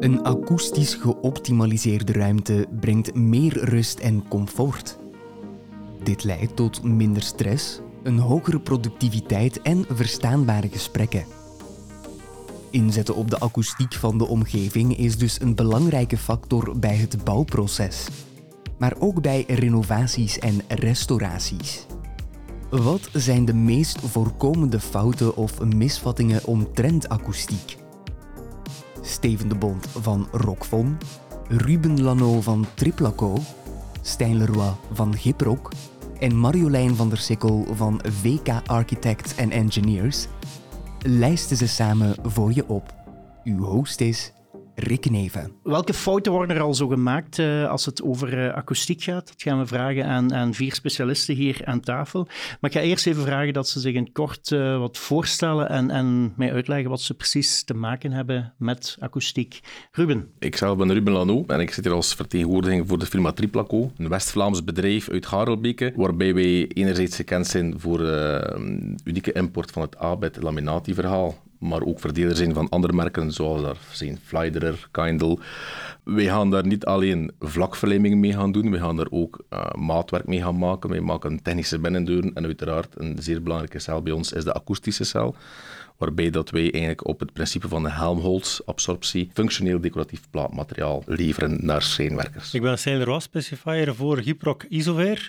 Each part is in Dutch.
Een akoestisch geoptimaliseerde ruimte brengt meer rust en comfort. Dit leidt tot minder stress, een hogere productiviteit en verstaanbare gesprekken. Inzetten op de akoestiek van de omgeving is dus een belangrijke factor bij het bouwproces, maar ook bij renovaties en restauraties. Wat zijn de meest voorkomende fouten of misvattingen omtrent akoestiek? Steven de Bond van Rockfon, Ruben Lano van Triplaco, Stijn Leroy van Gyproc en Marjolein van der Sikkel van VK Architects and Engineers lijsten ze samen voor je op. Uw host is Rick Neven. Welke fouten worden er al zo gemaakt als het over akoestiek gaat? Dat gaan we vragen aan 4 specialisten hier aan tafel. Maar ik ga eerst even vragen dat ze zich in kort wat voorstellen en mij uitleggen wat ze precies te maken hebben met akoestiek. Ruben. Ikzelf ben Ruben Lano en ik zit hier als vertegenwoordiging voor de firma Triplaco, een West-Vlaams bedrijf uit Harelbeke, waarbij wij enerzijds gekend zijn voor unieke import van het ABET laminatieverhaal, maar ook verdeler zijn van andere merken, zoals daar zijn Flyderer, Kindle. Wij gaan daar niet alleen vlakverlijming mee gaan doen, wij gaan daar ook maatwerk mee gaan maken. Wij maken technische binnendeuren en uiteraard een zeer belangrijke cel bij ons is de akoestische cel, waarbij dat wij eigenlijk op het principe van de Helmholtz-absorptie functioneel decoratief plaatmateriaal leveren naar schijnwerkers. Ik ben Stijn Leroy, specifier voor Gyproc Isover.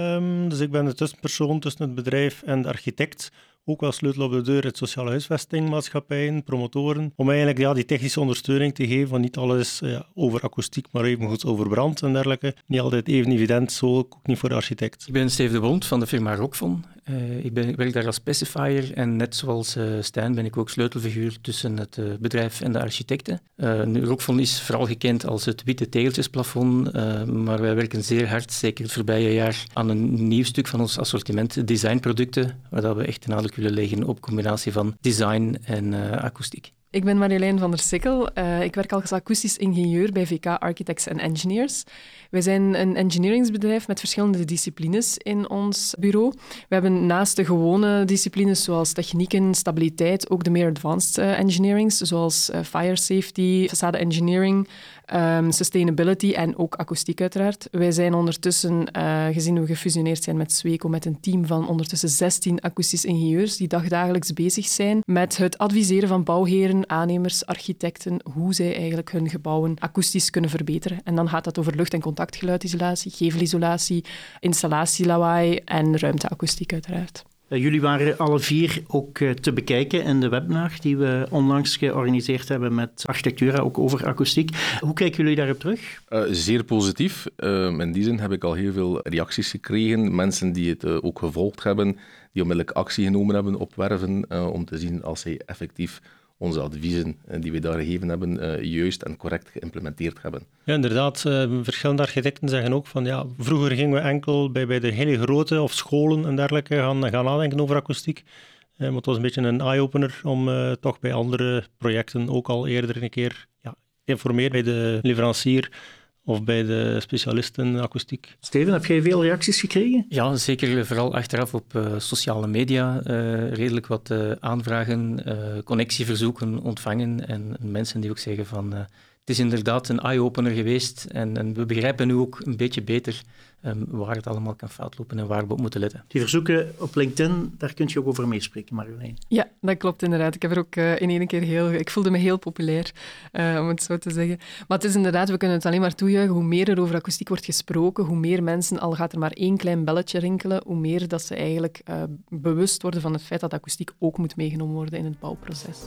Dus ik ben de tussenpersoon tussen het bedrijf en de architect. Ook wel sleutel op de deur uit sociale huisvestingmaatschappijen, promotoren, om eigenlijk die technische ondersteuning te geven van niet alles over akoestiek, maar evengoed over brand en dergelijke. Niet altijd even evident, zo ook niet voor de architect. Ik ben Steven de Bond van de firma Rockfon. Ik werk daar als specifier en net zoals Stijn ben ik ook sleutelfiguur tussen het bedrijf en de architecten. Rockfon is vooral gekend als het witte tegeltjesplafond, maar wij werken zeer hard, zeker het voorbije jaar, aan een nieuw stuk van ons assortiment, designproducten, waar we echt de nadruk willen leggen op combinatie van design en akoestiek. Ik ben Marjolein van der Sikkel. Ik werk als akoestisch ingenieur bij VK Architects and Engineers. Wij zijn een engineeringsbedrijf met verschillende disciplines in ons bureau. We hebben naast de gewone disciplines zoals techniek en stabiliteit ook de meer advanced engineerings, zoals fire safety, facade engineering, sustainability en ook akoestiek uiteraard. Wij zijn ondertussen, gezien we gefusioneerd zijn met Sweco, met een team van ondertussen 16 akoestisch ingenieurs die dagdagelijks bezig zijn met het adviseren van bouwheren, aannemers, architecten, hoe zij eigenlijk hun gebouwen akoestisch kunnen verbeteren. En dan gaat dat over lucht- en contactgeluidisolatie, gevelisolatie, installatielawaai en ruimteakoestiek uiteraard. Jullie waren alle 4 ook te bekijken in de webinar die we onlangs georganiseerd hebben met Architectura, ook over akoestiek. Hoe kijken jullie daarop terug? Zeer positief. In die zin heb ik al heel veel reacties gekregen. Mensen die het ook gevolgd hebben, die onmiddellijk actie genomen hebben op werven, om te zien als zij effectief onze adviezen die we daar gegeven hebben, juist en correct geïmplementeerd hebben. Ja, inderdaad. Verschillende architecten zeggen ook van vroeger gingen we enkel bij de hele grote of scholen en dergelijke gaan nadenken over akoestiek. Maar het was een beetje een eye-opener om toch bij andere projecten ook al eerder een keer informeren bij de leverancier of bij de specialisten akoestiek. Steven, heb jij veel reacties gekregen? Ja, zeker vooral achteraf op sociale media. Redelijk wat aanvragen, connectieverzoeken ontvangen en mensen die ook zeggen van het is inderdaad een eye-opener geweest en we begrijpen nu ook een beetje beter waar het allemaal kan foutlopen en waar we op moeten letten. Die verzoeken op LinkedIn, daar kun je ook over meespreken, Marjolein. Ja, dat klopt inderdaad. Ik heb er ook in één keer ik voelde me heel populair, om het zo te zeggen. Maar het is inderdaad, we kunnen het alleen maar toejuichen. Hoe meer er over akoestiek wordt gesproken, hoe meer mensen, al gaat er maar 1 klein belletje rinkelen, hoe meer dat ze eigenlijk bewust worden van het feit dat akoestiek ook moet meegenomen worden in het bouwproces.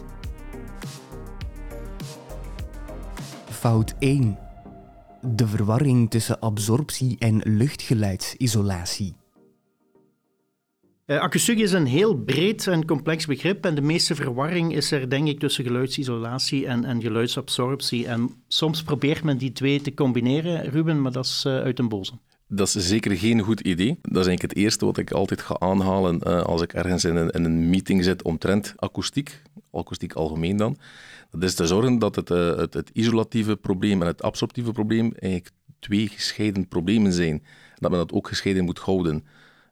Fout 1. De verwarring tussen absorptie en luchtgeluidsisolatie. Akoestiek is een heel breed en complex begrip en de meeste verwarring is er denk ik tussen geluidsisolatie en geluidsabsorptie. En soms probeert men die 2 te combineren, Ruben, maar dat is uit den boze. Dat is zeker geen goed idee. Dat is eigenlijk het eerste wat ik altijd ga aanhalen als ik ergens in een meeting zit omtrent akoestiek algemeen dan. Dat is te zorgen dat het isolatieve probleem en het absorptieve probleem eigenlijk 2 gescheiden problemen zijn. En dat men dat ook gescheiden moet houden.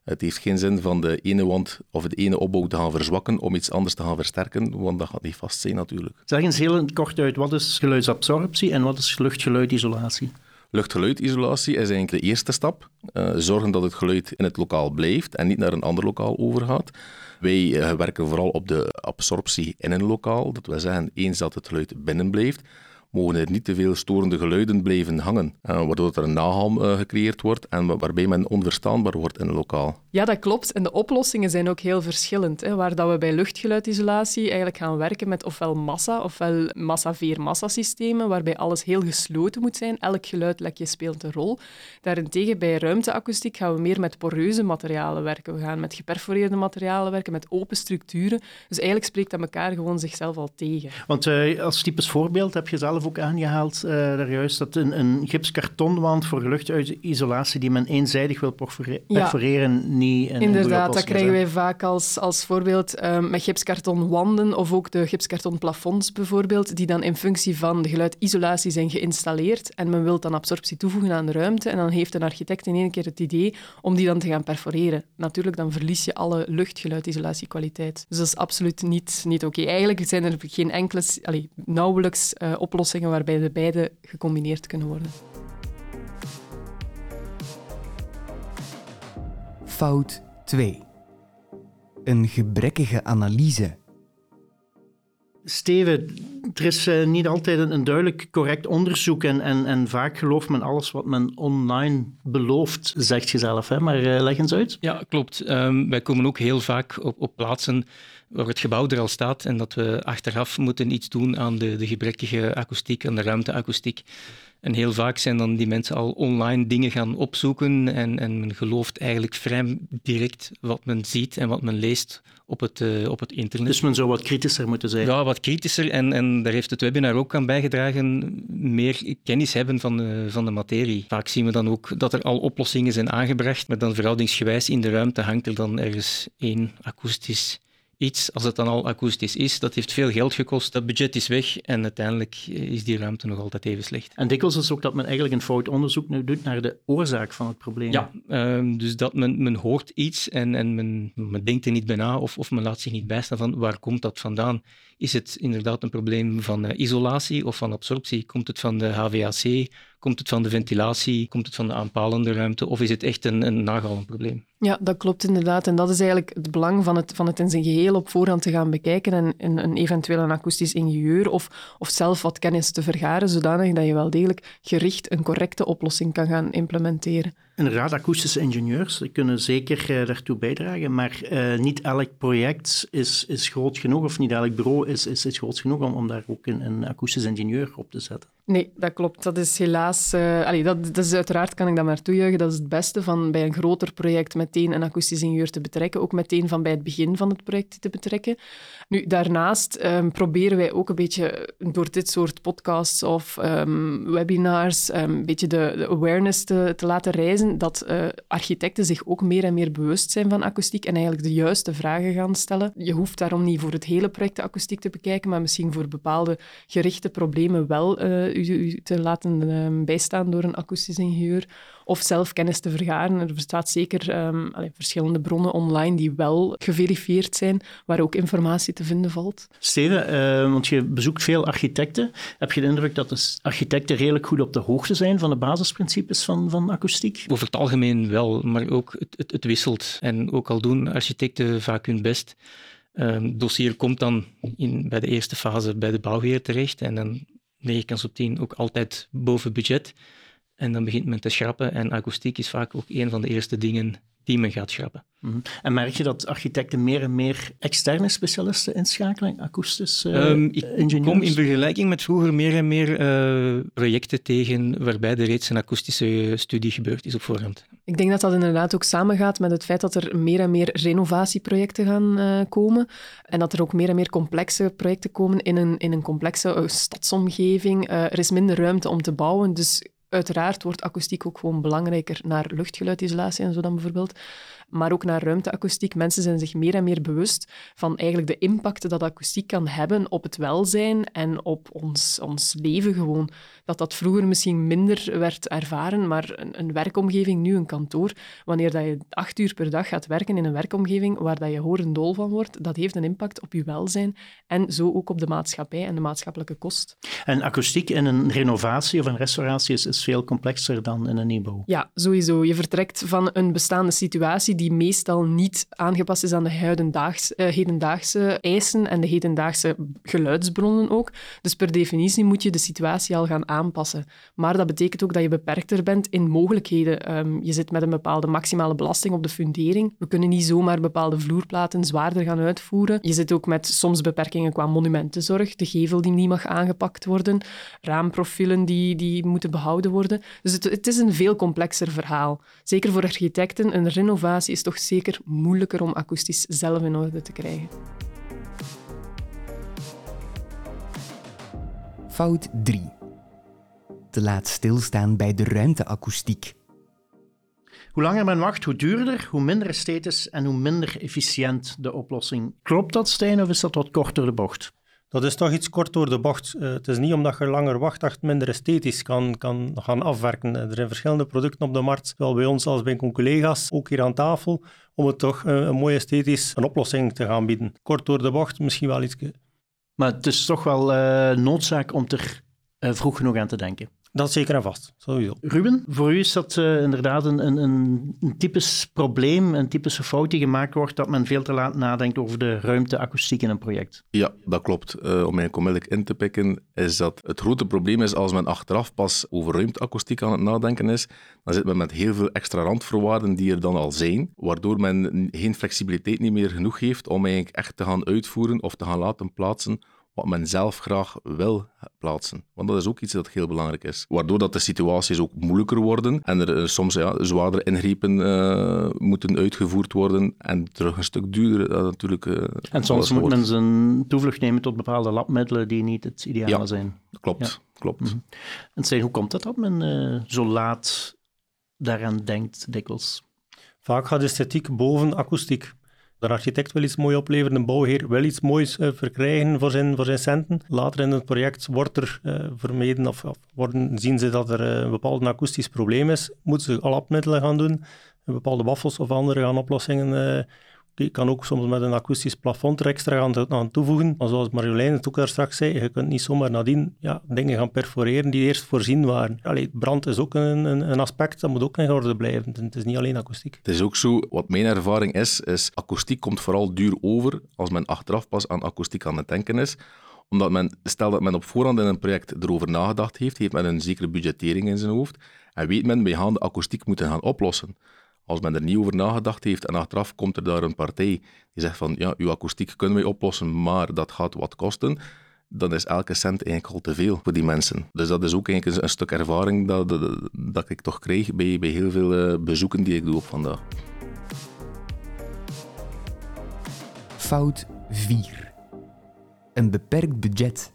Het heeft geen zin van de ene wand of de ene opbouw te gaan verzwakken om iets anders te gaan versterken, want dat gaat niet vast zijn natuurlijk. Zeg eens heel kort uit, wat is geluidsabsorptie en wat is lucht-geluidisolatie? Lucht-geluidisolatie is eigenlijk de eerste stap. Zorgen dat het geluid in het lokaal blijft en niet naar een ander lokaal overgaat. Wij werken vooral op de absorptie in een lokaal. Dat wil zeggen, eens dat het geluid binnen blijft, mogen er niet te veel storende geluiden blijven hangen, waardoor er een nagalm gecreëerd wordt en waarbij men onverstaanbaar wordt in een lokaal. Ja, dat klopt. En de oplossingen zijn ook heel verschillend. Waar dat we bij luchtgeluidisolatie eigenlijk gaan werken met ofwel massa, ofwel massa-veer-massa-systemen, waarbij alles heel gesloten moet zijn. Elk geluidlekje speelt een rol. Daarentegen bij ruimteakoestiek gaan we meer met poreuze materialen werken. We gaan met geperforeerde materialen werken, met open structuren. Dus eigenlijk spreekt dat elkaar gewoon zichzelf al tegen. Want als typisch voorbeeld heb je zelf ook aangehaald daarjuist dat een gipskartonwand voor luchtisolatie die men eenzijdig wil perforeren niet een inderdaad, dat krijgen wij vaak als voorbeeld met gipskartonwanden of ook de gipskartonplafonds bijvoorbeeld, die dan in functie van de geluidisolatie zijn geïnstalleerd en men wil dan absorptie toevoegen aan de ruimte en dan heeft een architect in één keer het idee om die dan te gaan perforeren. Natuurlijk, dan verlies je alle luchtgeluidisolatiekwaliteit. Dus dat is absoluut niet oké. Eigenlijk zijn er geen enkele, nauwelijks oplossingen waarbij de beide gecombineerd kunnen worden. Fout 2. Een gebrekkige analyse. Steven, er is niet altijd een duidelijk correct onderzoek en vaak gelooft men alles wat men online belooft, zegt je zelf, hè? Maar leg eens uit. Ja, klopt. Wij komen ook heel vaak op plaatsen waar het gebouw er al staat en dat we achteraf moeten iets doen aan de gebrekkige akoestiek, aan de ruimteakoestiek. En heel vaak zijn dan die mensen al online dingen gaan opzoeken en men gelooft eigenlijk vrij direct wat men ziet en wat men leest op het internet. Dus men zou wat kritischer moeten zijn. Ja, wat kritischer en daar heeft het webinar ook aan bijgedragen, meer kennis hebben van de materie. Vaak zien we dan ook dat er al oplossingen zijn aangebracht, maar dan verhoudingsgewijs in de ruimte hangt er dan ergens één akoestisch iets, als het dan al akoestisch is, dat heeft veel geld gekost, dat budget is weg en uiteindelijk is die ruimte nog altijd even slecht. En dikwijls is het ook dat men eigenlijk een fout onderzoek nu doet naar de oorzaak van het probleem. Ja, dus dat men hoort iets en men denkt er niet bij na of men laat zich niet bijstaan van waar komt dat vandaan. Is het inderdaad een probleem van isolatie of van absorptie? Komt het van de HVAC? Komt het van de ventilatie? Komt het van de aanpalende ruimte? Of is het echt een nagalmprobleem? Ja, dat klopt inderdaad. En dat is eigenlijk het belang van het in zijn geheel op voorhand te gaan bekijken en een eventueel een akoestisch ingenieur of zelf wat kennis te vergaren, zodanig dat je wel degelijk gericht een correcte oplossing kan gaan implementeren. Inderdaad, akoestische ingenieurs kunnen zeker daartoe bijdragen, maar niet elk project is groot genoeg, of niet elk bureau is groot genoeg om daar ook een akoestisch ingenieur op te zetten. Nee, dat klopt. Dat is helaas... dat is uiteraard, kan ik dat maar toejuichen, dat is het beste van bij een groter project meteen een akoestisch ingenieur te betrekken, ook meteen van bij het begin van het project te betrekken. Nu, daarnaast proberen wij ook een beetje door dit soort podcasts of webinars een beetje de awareness te laten reizen, dat architecten zich ook meer en meer bewust zijn van akoestiek en eigenlijk de juiste vragen gaan stellen. Je hoeft daarom niet voor het hele project de akoestiek te bekijken, maar misschien voor bepaalde gerichte problemen wel u te laten bijstaan door een akoestisch ingenieur of zelf kennis te vergaren. Er bestaat zeker verschillende bronnen online die wel geverifieerd zijn, waar ook informatie te vinden valt. Steven, want je bezoekt veel architecten. Heb je de indruk dat de architecten redelijk goed op de hoogte zijn van de basisprincipes van akoestiek? Over het algemeen wel, maar ook het wisselt. En ook al doen architecten vaak hun best. Het dossier komt dan bij de eerste fase bij de bouwheer terecht en dan 9 kans op 10 ook altijd boven budget. En dan begint men te schrappen en akoestiek is vaak ook een van de eerste dingen die men gaat schrappen. Mm-hmm. En merk je dat architecten meer en meer externe specialisten inschakelen, akoestische ingenieurs? Ik kom in vergelijking met vroeger meer en meer projecten tegen waarbij er reeds een akoestische studie gebeurd is op voorhand. Ik denk dat dat inderdaad ook samengaat met het feit dat er meer en meer renovatieprojecten gaan komen en dat er ook meer en meer complexe projecten komen in een complexe stadsomgeving. Er is minder ruimte om te bouwen, dus Uiteraard wordt akoestiek ook gewoon belangrijker naar luchtgeluidisolatie en zo dan bijvoorbeeld, maar ook naar ruimteakoestiek. Mensen zijn zich meer en meer bewust van eigenlijk de impact dat akoestiek kan hebben op het welzijn en op ons leven gewoon. Dat vroeger misschien minder werd ervaren, maar een werkomgeving, nu een kantoor, wanneer dat je 8 uur per dag gaat werken in een werkomgeving waar dat je horendol van wordt, dat heeft een impact op je welzijn en zo ook op de maatschappij en de maatschappelijke kost. En akoestiek in een renovatie of een restauratie is veel complexer dan in een nieuwbouw. Ja, sowieso. Je vertrekt van een bestaande situatie die meestal niet aangepast is aan de hedendaagse eisen en de hedendaagse geluidsbronnen ook. Dus per definitie moet je de situatie al gaan aanpassen. Maar dat betekent ook dat je beperkter bent in mogelijkheden. Je zit met een bepaalde maximale belasting op de fundering. We kunnen niet zomaar bepaalde vloerplaten zwaarder gaan uitvoeren. Je zit ook met soms beperkingen qua monumentenzorg. De gevel die niet mag aangepakt worden. Raamprofielen die moeten behouden worden. Dus het is een veel complexer verhaal. Zeker voor architecten, een renovatie is toch zeker moeilijker om akoestisch zelf in orde te krijgen. Fout 3. Te laat stilstaan bij de ruimteakoestiek. Hoe langer men wacht, hoe duurder, hoe minder esthetisch en hoe minder efficiënt de oplossing. Klopt dat, Stijn, of is dat wat kort door de bocht? Dat is toch iets kort door de bocht. Het is niet omdat je langer wacht dat je het minder esthetisch kan gaan afwerken. Er zijn verschillende producten op de markt, zowel bij ons als bij collega's, ook hier aan tafel, om het toch een mooi esthetisch een oplossing te gaan bieden. Kort door de bocht, misschien wel iets. Maar het is toch wel noodzaak om er vroeg genoeg aan te denken. Dat is zeker en vast, sowieso. Ruben, voor u is dat inderdaad een typisch probleem, een typische fout die gemaakt wordt, dat men veel te laat nadenkt over de ruimteakoestiek in een project. Ja, dat klopt. Om mij onmiddellijk in te pikken, is dat het grote probleem is als men achteraf pas over ruimteakoestiek aan het nadenken is, dan zit men met heel veel extra randvoorwaarden die er dan al zijn, waardoor men geen flexibiliteit niet meer genoeg heeft om eigenlijk echt te gaan uitvoeren of te gaan laten plaatsen wat men zelf graag wil plaatsen. Want dat is ook iets dat heel belangrijk is. Waardoor dat de situaties ook moeilijker worden en er soms zwaardere ingrepen moeten uitgevoerd worden en terug een stuk duurder natuurlijk. En soms moet men zijn toevlucht nemen tot bepaalde labmiddelen die niet het ideale zijn. Klopt. Mm-hmm. En Stijn, hoe komt het dat men zo laat daaraan denkt dikwijls? Vaak gaat esthetiek boven akoestiek. De architect wil iets moois opleveren, de bouwheer wil iets moois verkrijgen voor zijn centen. Later in het project wordt er vermeden of zien ze dat er een bepaald akoestisch probleem is. Moeten ze al labmiddelen gaan doen, bepaalde waffels of andere oplossingen. Je kan ook soms met een akoestisch plafond er extra aan toevoegen. Maar zoals Marjolein het ook daar straks zei, je kunt niet zomaar nadien dingen gaan perforeren die eerst voorzien waren. Brand is ook een aspect, dat moet ook in orde blijven. Het is niet alleen akoestiek. Het is ook zo, wat mijn ervaring is akoestiek komt vooral duur over als men achteraf pas aan akoestiek aan het denken is. Omdat stel dat men op voorhand in een project erover nagedacht heeft men een zekere budgettering in zijn hoofd en weet men, wij gaan de akoestiek moeten gaan oplossen. Als men er niet over nagedacht heeft en achteraf komt er daar een partij die zegt van ja, uw akoestiek kunnen wij oplossen, maar dat gaat wat kosten, dan is elke cent eigenlijk al te veel voor die mensen. Dus dat is ook eigenlijk een stuk ervaring dat ik toch krijg bij heel veel bezoeken die ik doe op vandaag. Fout 4. Een beperkt budget.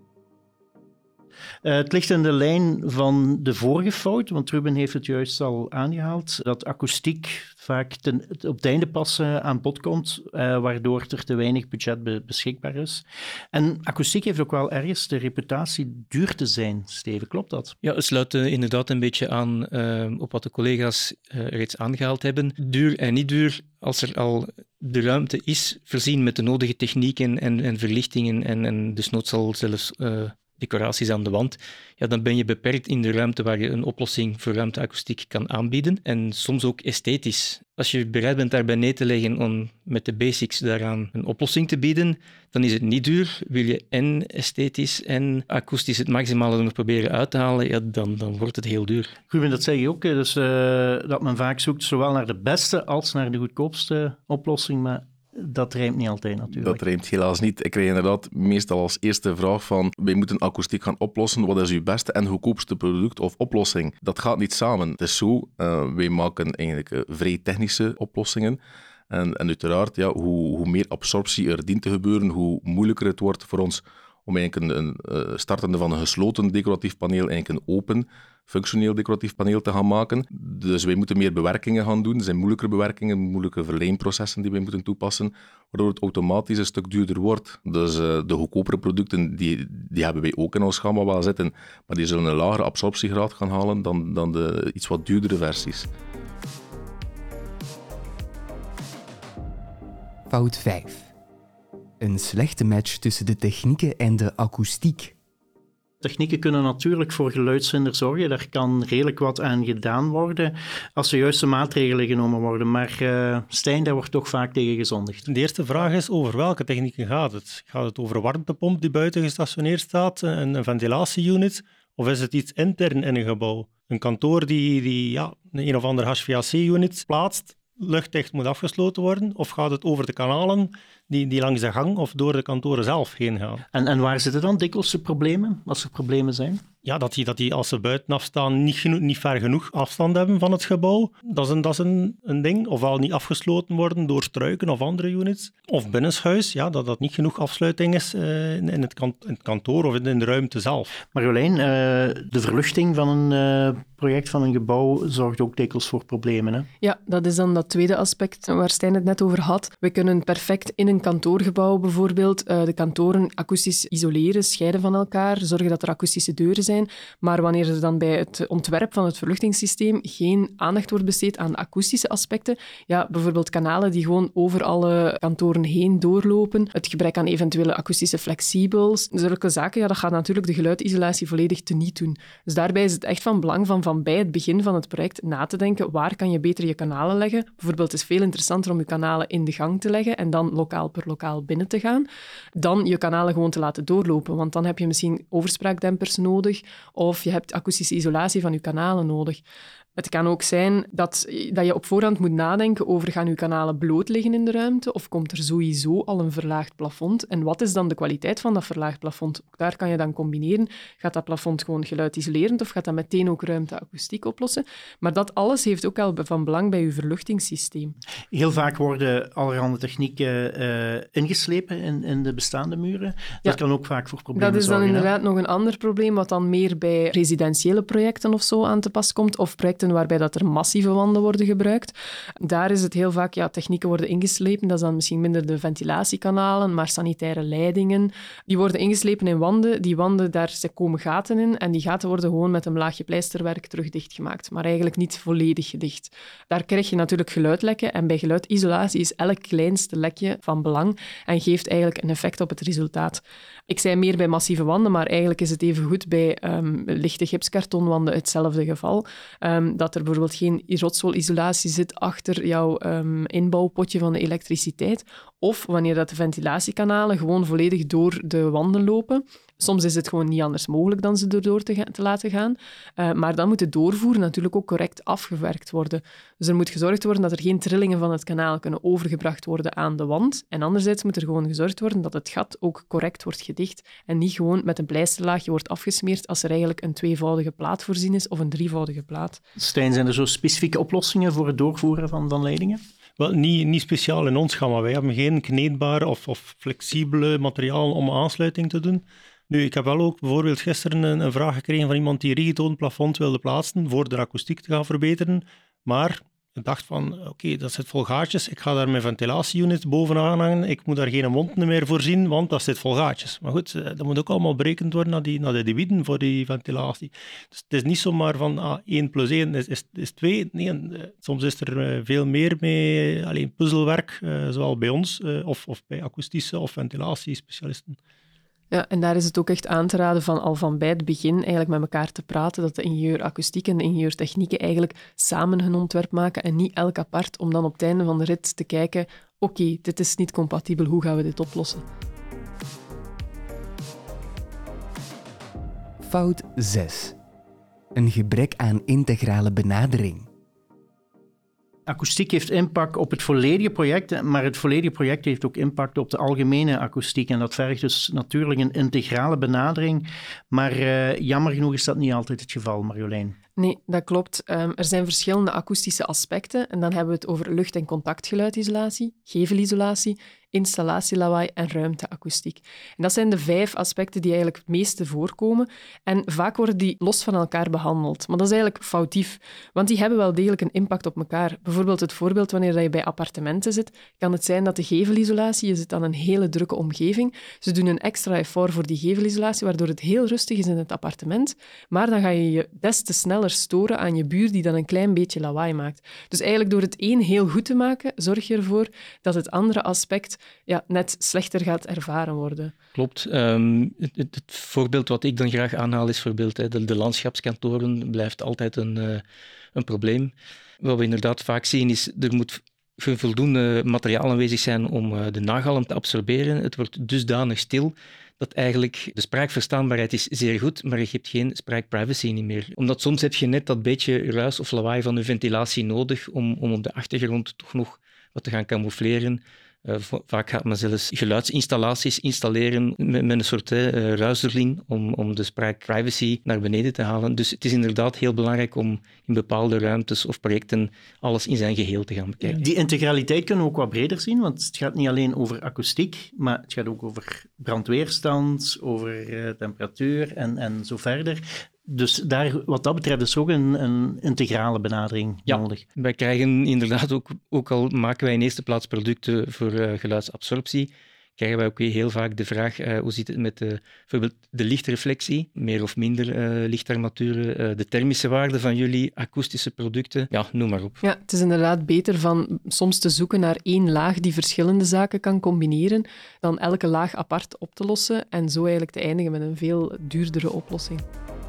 Het ligt in de lijn van de vorige fout, want Ruben heeft het juist al aangehaald, dat akoestiek vaak op het einde pas aan bod komt, waardoor er te weinig budget beschikbaar is. En akoestiek heeft ook wel ergens de reputatie duur te zijn. Steven, klopt dat? Ja, het sluit inderdaad een beetje aan op wat de collega's reeds aangehaald hebben. Duur en niet duur, als er al de ruimte is, voorzien met de nodige technieken en verlichtingen en desnoods al zelfs decoraties aan de wand, ja, dan ben je beperkt in de ruimte waar je een oplossing voor ruimteakoestiek kan aanbieden. En soms ook esthetisch. Als je bereid bent daarbij neer te leggen om met de basics daaraan een oplossing te bieden, dan is het niet duur. Wil je en esthetisch en akoestisch het maximale er nog proberen uit te halen, ja, dan wordt het heel duur. Ruben, dat zeg je ook, dus dat men vaak zoekt zowel naar de beste als naar de goedkoopste oplossing, maar dat rijmt niet altijd natuurlijk. Dat rijmt helaas niet. Ik krijg inderdaad meestal als eerste vraag van wij moeten akoestiek gaan oplossen. Wat is uw beste en goedkoopste product of oplossing? Dat gaat niet samen. Het is zo, wij maken eigenlijk vrij technische oplossingen. En uiteraard, ja, hoe meer absorptie er dient te gebeuren, hoe moeilijker het wordt voor ons om eigenlijk een startende van een gesloten decoratief paneel eigenlijk een open functioneel decoratief paneel te gaan maken. Dus wij moeten meer bewerkingen gaan doen. Er zijn moeilijkere bewerkingen, moeilijke verlijmprocessen die wij moeten toepassen, waardoor het automatisch een stuk duurder wordt. Dus de goedkopere producten, die hebben wij ook in ons gamma wel zitten, maar die zullen een lagere absorptiegraad gaan halen dan de iets wat duurdere versies. Fout 5. Een slechte match tussen de technieken en de akoestiek. Technieken kunnen natuurlijk voor geluidshinder zorgen. Daar kan redelijk wat aan gedaan worden als de juiste maatregelen genomen worden. Maar Stijn, daar wordt toch vaak tegen gezondigd. De eerste vraag is, over welke technieken gaat het? Gaat het over een warmtepomp die buiten gestationeerd staat, een ventilatieunit, of is het iets intern in een gebouw? Een kantoor die een of ander HVAC-unit plaatst, luchtdicht moet afgesloten worden, of gaat het over de kanalen die langs de gang of door de kantoren zelf heen gaan? En waar zitten dan dikwijls de problemen, als er problemen zijn? Ja, dat die als ze buitenaf staan niet ver genoeg afstand hebben van het gebouw. Dat is een ding. Ofwel niet afgesloten worden door struiken of andere units. Of binnenshuis, ja, dat niet genoeg afsluiting is in het kantoor of in de ruimte zelf. Marjolein, de verluchting van een project van een gebouw zorgt ook dikwijls voor problemen, hè? Ja, dat is dan dat tweede aspect waar Stijn het net over had. We kunnen perfect in een kantoorgebouw bijvoorbeeld de kantoren akoestisch isoleren, scheiden van elkaar, zorgen dat er akoestische deuren zijn. Maar wanneer er dan bij het ontwerp van het verluchtingssysteem geen aandacht wordt besteed aan de akoestische aspecten, ja, bijvoorbeeld kanalen die gewoon over alle kantoren heen doorlopen, het gebrek aan eventuele akoestische flexibels, zulke zaken, ja, dat gaat natuurlijk de geluidisolatie volledig teniet doen. Dus daarbij is het echt van belang van bij het begin van het project na te denken, waar kan je beter je kanalen leggen? Bijvoorbeeld, het is veel interessanter om je kanalen in de gang te leggen en dan lokaal per lokaal binnen te gaan, dan je kanalen gewoon te laten doorlopen, want dan heb je misschien overspraakdempers nodig of je hebt akoestische isolatie van je kanalen nodig. Het kan ook zijn dat je op voorhand moet nadenken over gaan uw kanalen bloot liggen in de ruimte of komt er sowieso al een verlaagd plafond en wat is dan de kwaliteit van dat verlaagd plafond? Ook daar kan je dan combineren. Gaat dat plafond gewoon geluidisolerend of gaat dat meteen ook ruimteakoestiek oplossen? Maar dat alles heeft ook al van belang bij uw verluchtingssysteem. Heel vaak worden allerhande technieken ingeslepen in de bestaande muren. Dat kan ook vaak voor problemen zorgen. Dat is dan inderdaad nog een ander probleem wat dan meer bij residentiële projecten of zo aan te pas komt of projecten waarbij dat er massieve wanden worden gebruikt. Daar is het heel vaak, technieken worden ingeslepen. Dat is dan misschien minder de ventilatiekanalen, maar sanitaire leidingen. Die worden ingeslepen in wanden. Die wanden, daar komen gaten in. En die gaten worden gewoon met een laagje pleisterwerk terug dichtgemaakt. Maar eigenlijk niet volledig dicht. Daar krijg je natuurlijk geluidlekken. En bij geluidisolatie is elk kleinste lekje van belang en geeft eigenlijk een effect op het resultaat. Ik zei meer bij massieve wanden, maar eigenlijk is het even goed bij lichte gipskartonwanden hetzelfde geval. Dat er bijvoorbeeld geen rotzolisolatie zit achter jouw inbouwpotje van de elektriciteit. Of wanneer dat de ventilatiekanalen gewoon volledig door de wanden lopen. Soms is het gewoon niet anders mogelijk dan ze erdoor te laten gaan. Maar dan moet de doorvoer natuurlijk ook correct afgewerkt worden. Dus er moet gezorgd worden dat er geen trillingen van het kanaal kunnen overgebracht worden aan de wand. En anderzijds moet er gewoon gezorgd worden dat het gat ook correct wordt gedicht en niet gewoon met een pleisterlaagje wordt afgesmeerd als er eigenlijk een tweevoudige plaat voorzien is of een drievoudige plaat. Stijn, zijn er zo specifieke oplossingen voor het doorvoeren van leidingen? Wel, niet speciaal in ons gamma. Wij hebben geen kneedbare of flexibele materialen om aansluiting te doen. Nu, ik heb wel ook bijvoorbeeld gisteren een vraag gekregen van iemand die rigitoon plafond wilde plaatsen voor de akoestiek te gaan verbeteren. Maar ik dacht van, oké, dat zit vol gaatjes. Ik ga daar mijn ventilatieunit bovenaan hangen. Ik moet daar geen monden meer voorzien, want dat zit vol gaatjes. Maar goed, dat moet ook allemaal berekend worden naar de dividenden voor die ventilatie. Dus het is niet zomaar van 1 plus 1 is 2. Nee, soms is er veel meer mee, alleen puzzelwerk, zowel bij ons of bij akoestische of ventilatiespecialisten. Ja, en daar is het ook echt aan te raden van al van bij het begin eigenlijk met elkaar te praten, dat de ingenieur akoestiek en de ingenieur technieken eigenlijk samen hun ontwerp maken en niet elk apart, om dan op het einde van de rit te kijken, oké, dit is niet compatibel, hoe gaan we dit oplossen? Fout 6. Een gebrek aan integrale benadering. Akoestiek heeft impact op het volledige project, maar het volledige project heeft ook impact op de algemene akoestiek. En dat vergt dus natuurlijk een integrale benadering. Maar jammer genoeg is dat niet altijd het geval, Marjolein. Nee, dat klopt. Er zijn verschillende akoestische aspecten. En dan hebben we het over lucht- en contactgeluidisolatie, gevelisolatie, installatielawaai en ruimteakoestiek. En dat zijn de 5 aspecten die eigenlijk het meeste voorkomen. En vaak worden die los van elkaar behandeld. Maar dat is eigenlijk foutief, want die hebben wel degelijk een impact op elkaar. Bijvoorbeeld het voorbeeld wanneer je bij appartementen zit, kan het zijn dat de gevelisolatie, je zit aan een hele drukke omgeving, ze doen een extra effort voor die gevelisolatie, waardoor het heel rustig is in het appartement, maar dan ga je je des te sneller storen aan je buur die dan een klein beetje lawaai maakt. Dus eigenlijk door het een heel goed te maken, zorg je ervoor dat het andere aspect net slechter gaat ervaren worden. Klopt. Het voorbeeld wat ik dan graag aanhaal is bijvoorbeeld de landschapskantoren blijft altijd een probleem. Wat we inderdaad vaak zien is, er moet voldoende materiaal aanwezig zijn om de nagalm te absorberen. Het wordt dusdanig stil dat eigenlijk de spraakverstaanbaarheid is zeer goed, maar je hebt geen spraakprivacy niet meer. Omdat soms heb je net dat beetje ruis of lawaai van je ventilatie nodig om op de achtergrond toch nog wat te gaan camoufleren. Vaak gaat men zelfs geluidsinstallaties installeren met een soort ruiserling om de spraakprivacy naar beneden te halen. Dus het is inderdaad heel belangrijk om in bepaalde ruimtes of projecten alles in zijn geheel te gaan bekijken. Die integraliteit kunnen we ook wat breder zien, want het gaat niet alleen over akoestiek, maar het gaat ook over brandweerstand, over temperatuur en zo verder. Dus daar, wat dat betreft is ook een integrale benadering nodig. Wij krijgen inderdaad ook al maken wij in eerste plaats producten voor geluidsabsorptie, krijgen wij ook heel vaak de vraag, hoe zit het met bijvoorbeeld de lichtreflectie, meer of minder lichtarmaturen, de thermische waarde van jullie akoestische producten, noem maar op. Ja, het is inderdaad beter van soms te zoeken naar 1 laag die verschillende zaken kan combineren, dan elke laag apart op te lossen en zo eigenlijk te eindigen met een veel duurdere oplossing.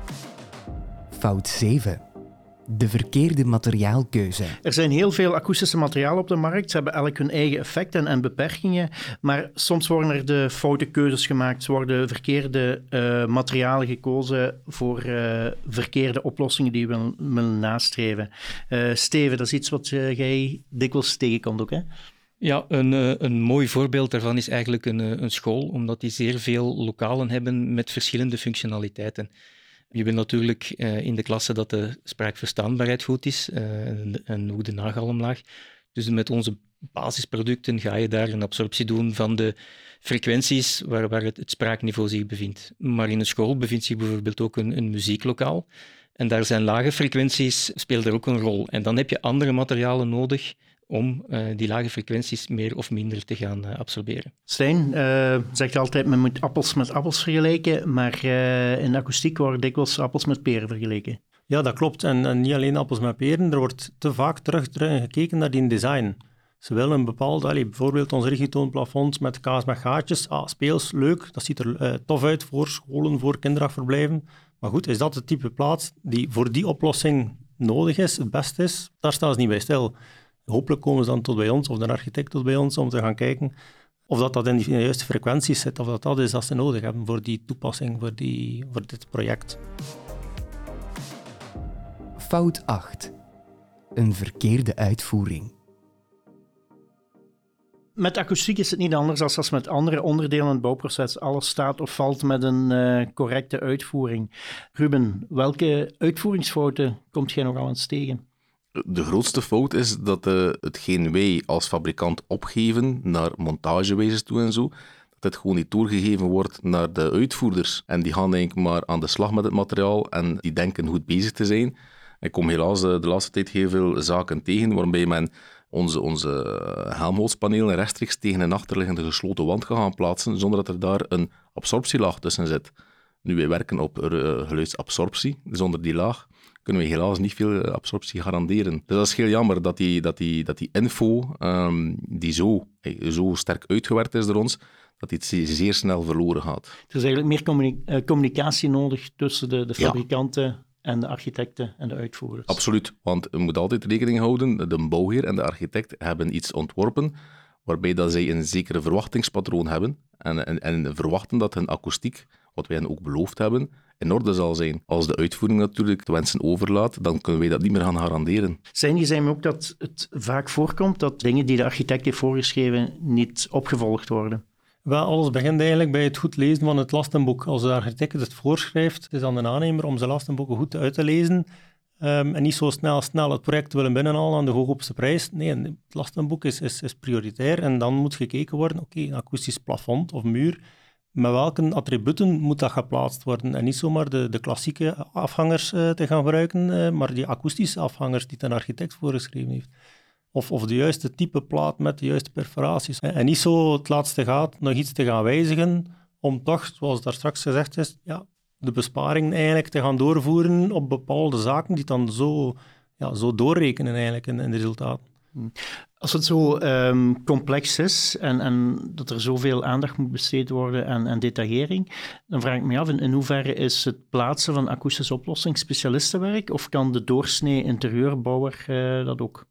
Fout 7. De verkeerde materiaalkeuze. Er zijn heel veel akoestische materialen op de markt. Ze hebben elk hun eigen effecten en beperkingen. Maar soms worden er de foute keuzes gemaakt. Er worden verkeerde materialen gekozen voor verkeerde oplossingen die we willen nastreven. Steven, dat is iets wat jij dikwijls tegenkomt ook, hè? Ja, een mooi voorbeeld daarvan is eigenlijk een school, omdat die zeer veel lokalen hebben met verschillende functionaliteiten. Je wil natuurlijk in de klasse dat de spraakverstaanbaarheid goed is en ook de nagalmlaag. Dus met onze basisproducten ga je daar een absorptie doen van de frequenties waar het spraakniveau zich bevindt. Maar in een school bevindt zich bijvoorbeeld ook een muzieklokaal. En daar zijn lage frequenties, speelt er ook een rol. En dan heb je andere materialen nodig om die lage frequenties meer of minder te gaan absorberen. Stijn zegt altijd, men moet appels met appels vergelijken, maar in de akoestiek worden dikwijls appels met peren vergeleken. Ja, dat klopt. En niet alleen appels met peren, er wordt te vaak terug gekeken naar die design. Ze willen een bepaalde, bijvoorbeeld onze rigitoonplafonds met kaas met gaatjes, speels, leuk, dat ziet er tof uit voor scholen, voor kinderdagverblijven. Maar goed, is dat het type plaats die voor die oplossing nodig is, het beste is? Daar staan ze niet bij stil. Hopelijk komen ze dan tot bij ons, of de architect tot bij ons, om te gaan kijken of dat in de juiste frequenties zit, of dat is dat ze nodig hebben voor die toepassing, voor dit project. Fout 8. Een verkeerde uitvoering. Met akoestiek is het niet anders dan met andere onderdelen in het bouwproces. Alles staat of valt met een correcte uitvoering. Ruben, welke uitvoeringsfouten komt jij nogal eens tegen? De grootste fout is dat hetgeen wij als fabrikant opgeven naar montagewijzes toe en zo, dat het gewoon niet doorgegeven wordt naar de uitvoerders. En die gaan eigenlijk maar aan de slag met het materiaal en die denken goed bezig te zijn. Ik kom helaas de laatste tijd heel veel zaken tegen waarbij men onze helmholtzpanelen rechtstreeks tegen een achterliggende gesloten wand gaan plaatsen zonder dat er daar een absorptielaag tussen zit. Nu, wij werken op geluidsabsorptie. Zonder die laag kunnen we helaas niet veel absorptie garanderen. Dus dat is heel jammer dat die info, die zo sterk uitgewerkt is door ons, dat die zeer snel verloren gaat. Er is eigenlijk meer communicatie nodig tussen de fabrikanten en de architecten en de uitvoerders. Absoluut, want je moet altijd rekening houden, de bouwheer en de architect hebben iets ontworpen waarbij dat zij een zekere verwachtingspatroon hebben en verwachten dat hun akoestiek, wat wij hen ook beloofd hebben, in orde zal zijn. Als de uitvoering natuurlijk de wensen overlaat, dan kunnen wij dat niet meer gaan garanderen. Je zei me ook dat het vaak voorkomt dat dingen die de architect heeft voorgeschreven niet opgevolgd worden. Wel, alles begint eigenlijk bij het goed lezen van het lastenboek. Als de architect het voorschrijft, het is aan de aannemer om zijn lastenboeken goed uit te lezen En niet zo snel het project willen binnenhalen aan de hoogste prijs. Nee, het lastenboek is prioritair en dan moet gekeken worden, een akoestisch plafond of muur, met welke attributen moet dat geplaatst worden? En niet zomaar de klassieke afhangers te gaan gebruiken, maar die akoestische afhangers die een architect voorgeschreven heeft. Of de juiste type plaat met de juiste perforaties. En niet zo het laatste gaat nog iets te gaan wijzigen, om toch, zoals daar straks gezegd is, de besparing eigenlijk te gaan doorvoeren op bepaalde zaken die dan zo doorrekenen eigenlijk in de resultaten. Als het zo complex is en dat er zoveel aandacht moet besteed worden aan detaillering, dan vraag ik me af, in hoeverre is het plaatsen van akoestische oplossing specialistenwerk of kan de doorsnee interieurbouwer dat ook?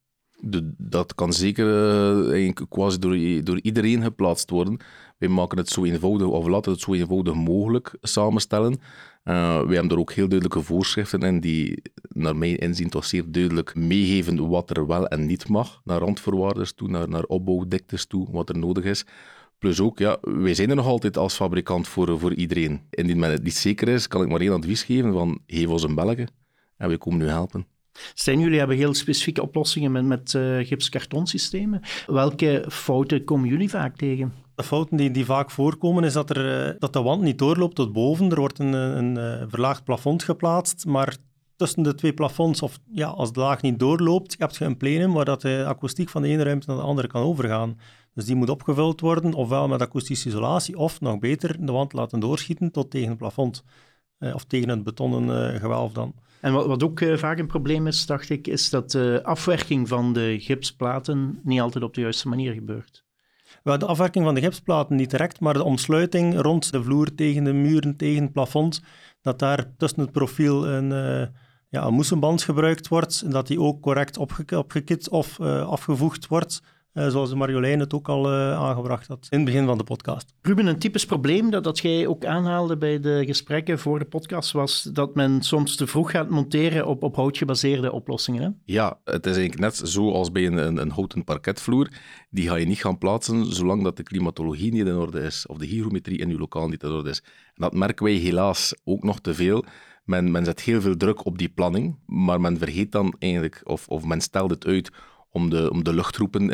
Dat kan zeker eigenlijk quasi door iedereen geplaatst worden. Wij maken het zo eenvoudig, of laten het zo eenvoudig mogelijk samenstellen. Wij hebben er ook heel duidelijke voorschriften in die, naar mijn inzien, toch zeer duidelijk meegeven wat er wel en niet mag, naar randvoorwaarden toe, naar opbouwdiktes toe, wat er nodig is. Plus ook, wij zijn er nog altijd als fabrikant voor iedereen. Indien men het niet zeker is, kan ik maar één advies geven van geef ons een belletje en wij komen u helpen. Stijn, jullie hebben heel specifieke oplossingen met gipskartonsystemen. Welke fouten komen jullie vaak tegen? De fouten die vaak voorkomen is dat de wand niet doorloopt tot boven. Er wordt een verlaagd plafond geplaatst, maar tussen de twee plafonds, of als de laag niet doorloopt, heb je een plenum waar dat de akoestiek van de ene ruimte naar de andere kan overgaan. Dus die moet opgevuld worden, ofwel met akoestische isolatie, of nog beter, de wand laten doorschieten tot tegen het plafond. Of tegen het betonnen gewelf dan. En wat ook vaak een probleem is, dacht ik, is dat de afwerking van de gipsplaten niet altijd op de juiste manier gebeurt. De afwerking van de gipsplaten niet direct, maar de omsluiting rond de vloer, tegen de muren, tegen het plafond, dat daar tussen het profiel een moesenband gebruikt wordt en dat die ook correct opgekit of afgevoegd wordt, zoals Marjolein het ook al aangebracht had in het begin van de podcast. Ruben, een typisch probleem dat jij ook aanhaalde bij de gesprekken voor de podcast was dat men soms te vroeg gaat monteren op houtgebaseerde oplossingen. Hè? Ja, het is eigenlijk net zoals bij een houten parketvloer. Die ga je niet gaan plaatsen zolang dat de klimatologie niet in orde is of de hygrometrie in je lokaal niet in orde is. En dat merken wij helaas ook nog te veel. Men zet heel veel druk op die planning, maar men vergeet dan eigenlijk, of men stelt het uit om de luchtroepen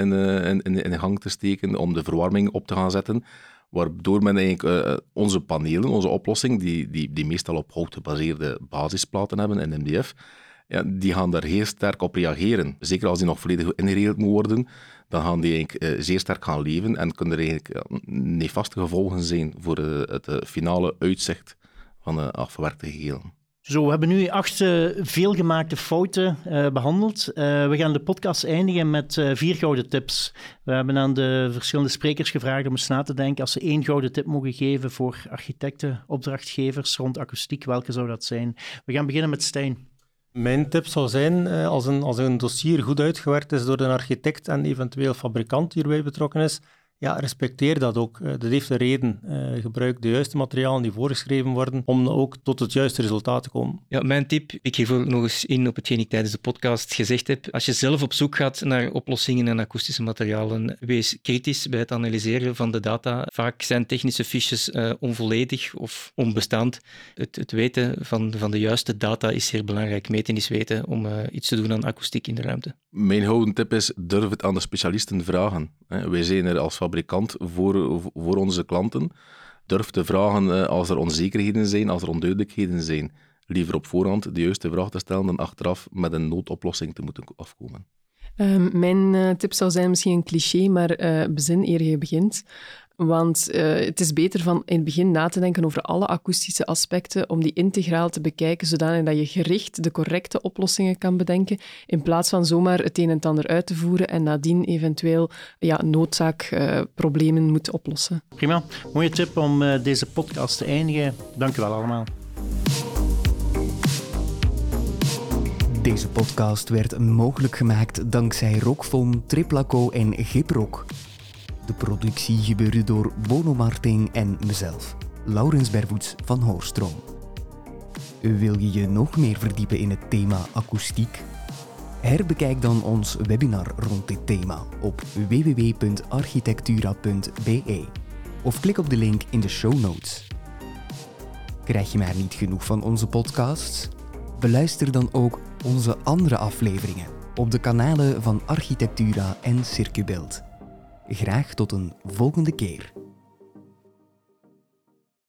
in gang te steken, om de verwarming op te gaan zetten, waardoor men eigenlijk onze panelen, onze oplossing, die meestal op hout gebaseerde basisplaten hebben in MDF, die gaan daar heel sterk op reageren. Zeker als die nog volledig ingeregeld moet worden, dan gaan die eigenlijk zeer sterk gaan leven en kunnen er eigenlijk nefaste gevolgen zijn voor het finale uitzicht van de afgewerkte geheel. Zo, we hebben nu 8 veelgemaakte fouten behandeld. We gaan de podcast eindigen met 4 gouden tips. We hebben aan de verschillende sprekers gevraagd om eens na te denken, als ze 1 gouden tip mogen geven voor architecten, opdrachtgevers rond akoestiek, welke zou dat zijn? We gaan beginnen met Stijn. Mijn tip zou zijn, als een dossier goed uitgewerkt is door een architect en eventueel fabrikant die erbij betrokken is, respecteer dat ook. Dat heeft een reden. Gebruik de juiste materialen die voorgeschreven worden om ook tot het juiste resultaat te komen. Ja, mijn tip, ik geef ook nog eens in op hetgeen ik tijdens de podcast gezegd heb. Als je zelf op zoek gaat naar oplossingen en akoestische materialen, wees kritisch bij het analyseren van de data. Vaak zijn technische fiches onvolledig of onbestaand. Het weten van de juiste data is zeer belangrijk. Meten is weten om iets te doen aan akoestiek in de ruimte. Mijn gouden tip is, durf het aan de specialisten vragen. Wij zijn er als fabrikant voor onze klanten. Durf te vragen als er onzekerheden zijn, als er onduidelijkheden zijn. Liever op voorhand de juiste vraag te stellen dan achteraf met een noodoplossing te moeten afkomen. Mijn tip zou zijn misschien een cliché, maar bezin eer je begint. Want het is beter van in het begin na te denken over alle akoestische aspecten, om die integraal te bekijken, zodanig dat je gericht de correcte oplossingen kan bedenken, in plaats van zomaar het een en het ander uit te voeren en nadien eventueel noodzaakproblemen moet oplossen. Prima. Mooie tip om deze podcast te eindigen. Dank u wel allemaal. Deze podcast werd mogelijk gemaakt dankzij Rockfon, Triplaco en Giprock. De productie gebeurde door Bono Martin en mezelf, Laurens Bervoets van Hoorstroom. Wil je je nog meer verdiepen in het thema akoestiek? Herbekijk dan ons webinar rond dit thema op www.architectura.be of klik op de link in de show notes. Krijg je maar niet genoeg van onze podcasts? Beluister dan ook onze andere afleveringen op de kanalen van Architectura en Circubeeld. Graag tot een volgende keer.